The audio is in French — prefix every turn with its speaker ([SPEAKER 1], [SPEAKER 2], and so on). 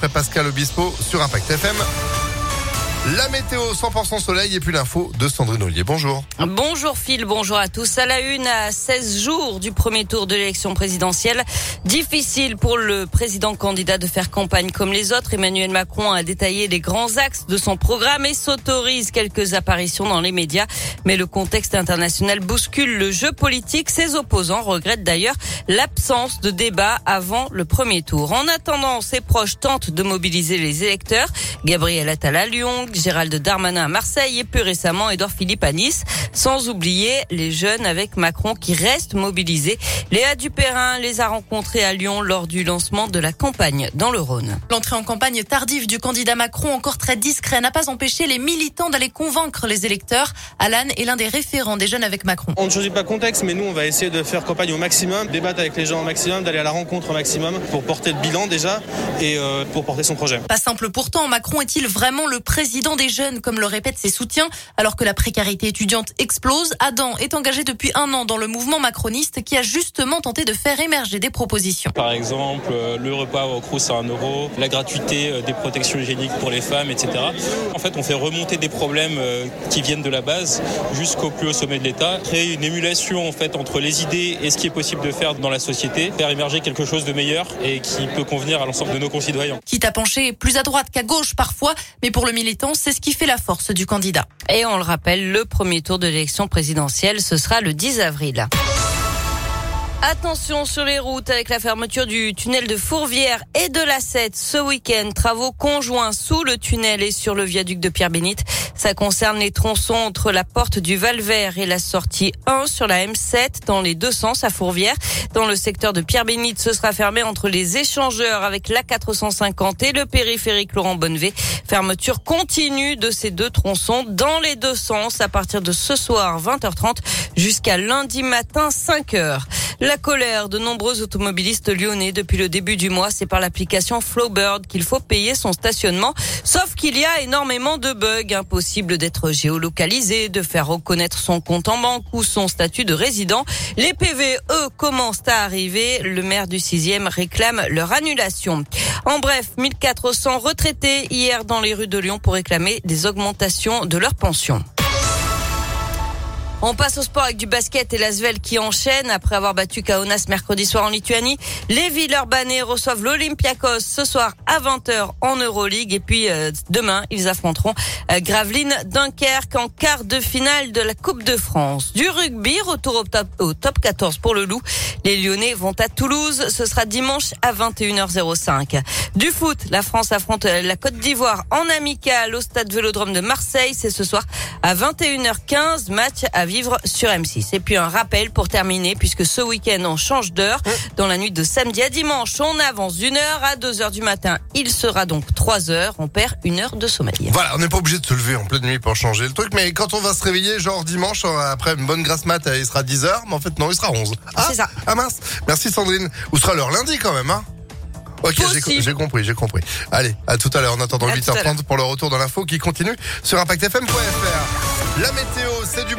[SPEAKER 1] après Pascal Obispo sur Impact FM. La météo 100% soleil et puis l'info de Sandrine Ollier. Bonjour.
[SPEAKER 2] Bonjour Phil, bonjour à tous. À la une, à 16 jours du premier tour de l'élection présidentielle. Difficile pour le président candidat de faire campagne comme les autres. Emmanuel Macron a détaillé les grands axes de son programme et s'autorise quelques apparitions dans les médias. Mais le contexte international bouscule le jeu politique. Ses opposants regrettent d'ailleurs l'absence de débat avant le premier tour. En attendant, ses proches tentent de mobiliser les électeurs. Gabriel Attal à Lyon, Gérald Darmanin à Marseille et plus récemment Édouard Philippe à Nice. Sans oublier les jeunes avec Macron qui restent mobilisés. Léa Dupérin les a rencontrés à Lyon lors du lancement de la campagne dans le Rhône.
[SPEAKER 3] L'entrée en campagne tardive du candidat Macron, encore très discret, n'a pas empêché les militants d'aller convaincre les électeurs. Alan est l'un des référents des jeunes avec Macron.
[SPEAKER 4] On ne choisit pas le contexte, mais nous on va essayer de faire campagne au maximum, débattre avec les gens au maximum, d'aller à la rencontre au maximum pour porter le bilan déjà et pour porter son projet.
[SPEAKER 3] Pas simple pourtant, Macron est-il vraiment le président des jeunes, comme le répètent ses soutiens, alors que la précarité étudiante explose? Adam est engagé depuis 1 an dans le mouvement macroniste qui a justement tenté de faire émerger des propositions.
[SPEAKER 5] Par exemple, le repas au Crous à 1 euro, la gratuité des protections hygiéniques pour les femmes, etc. En fait, on fait remonter des problèmes qui viennent de la base jusqu'au plus haut sommet de l'État, créer une émulation en fait entre les idées et ce qui est possible de faire dans la société, faire émerger quelque chose de meilleur et qui peut convenir à l'ensemble de nos concitoyens.
[SPEAKER 3] Quitte à pencher plus à droite qu'à gauche parfois, mais pour le militant, c'est ce qui fait la force du candidat.
[SPEAKER 2] Et on le rappelle, le premier tour de l'élection présidentielle, ce sera le 10 avril. Attention sur les routes avec la fermeture du tunnel de Fourvière et de la 7 ce week-end. Travaux conjoints sous le tunnel et sur le viaduc de Pierre-Bénite. Ça concerne les tronçons entre la porte du Val-Vert et la sortie 1 sur la M7 dans les deux sens à Fourvière. Dans le secteur de Pierre-Bénite, ce sera fermé entre les échangeurs avec l'A450 et le périphérique Laurent-Bonnevet. Fermeture continue de ces deux tronçons dans les deux sens à partir de ce soir 20h30 jusqu'à lundi matin 5h. La colère de nombreux automobilistes lyonnais depuis le début du mois, c'est par l'application Flowbird qu'il faut payer son stationnement. Sauf qu'il y a énormément de bugs, impossible d'être géolocalisé, de faire reconnaître son compte en banque ou son statut de résident. Les PV, eux, commencent à arriver. Le maire du 6e réclame leur annulation. En bref, 1400 retraités hier dans les rues de Lyon pour réclamer des augmentations de leurs pensions. On passe au sport avec du basket et l'Asvel qui enchaîne. Après avoir battu Kaunas mercredi soir en Lituanie, les Villeurbanais reçoivent l'Olympiakos ce soir à 20h en Euroleague. Et puis demain, ils affronteront Gravelines Dunkerque en quart de finale de la Coupe de France. Du rugby, retour au top 14 pour le Loup. Les Lyonnais vont à Toulouse. Ce sera dimanche à 21h05. Du foot, la France affronte la Côte d'Ivoire en amical au stade Vélodrome de Marseille. C'est ce soir à 21h15. Match à vivre sur M6. Et puis un rappel pour terminer, puisque ce week-end on change d'heure. Dans la nuit de samedi à dimanche, on avance d'1 heure à 2h du matin. Il sera donc 3h. On perd 1 heure de sommeil.
[SPEAKER 1] Voilà, on n'est pas obligé de se lever en pleine nuit pour changer le truc, mais quand on va se réveiller, genre dimanche, après une bonne grasse mat, il sera 10h, mais en fait non, il sera 11.
[SPEAKER 2] C'est ça.
[SPEAKER 1] Ah mince. Merci Sandrine. Où sera l'heure lundi quand même, hein? Ok, j'ai compris. Allez, à tout à l'heure. En attendant 8h30 pour le retour de l'info qui continue sur ImpactFM.fr. La météo, c'est du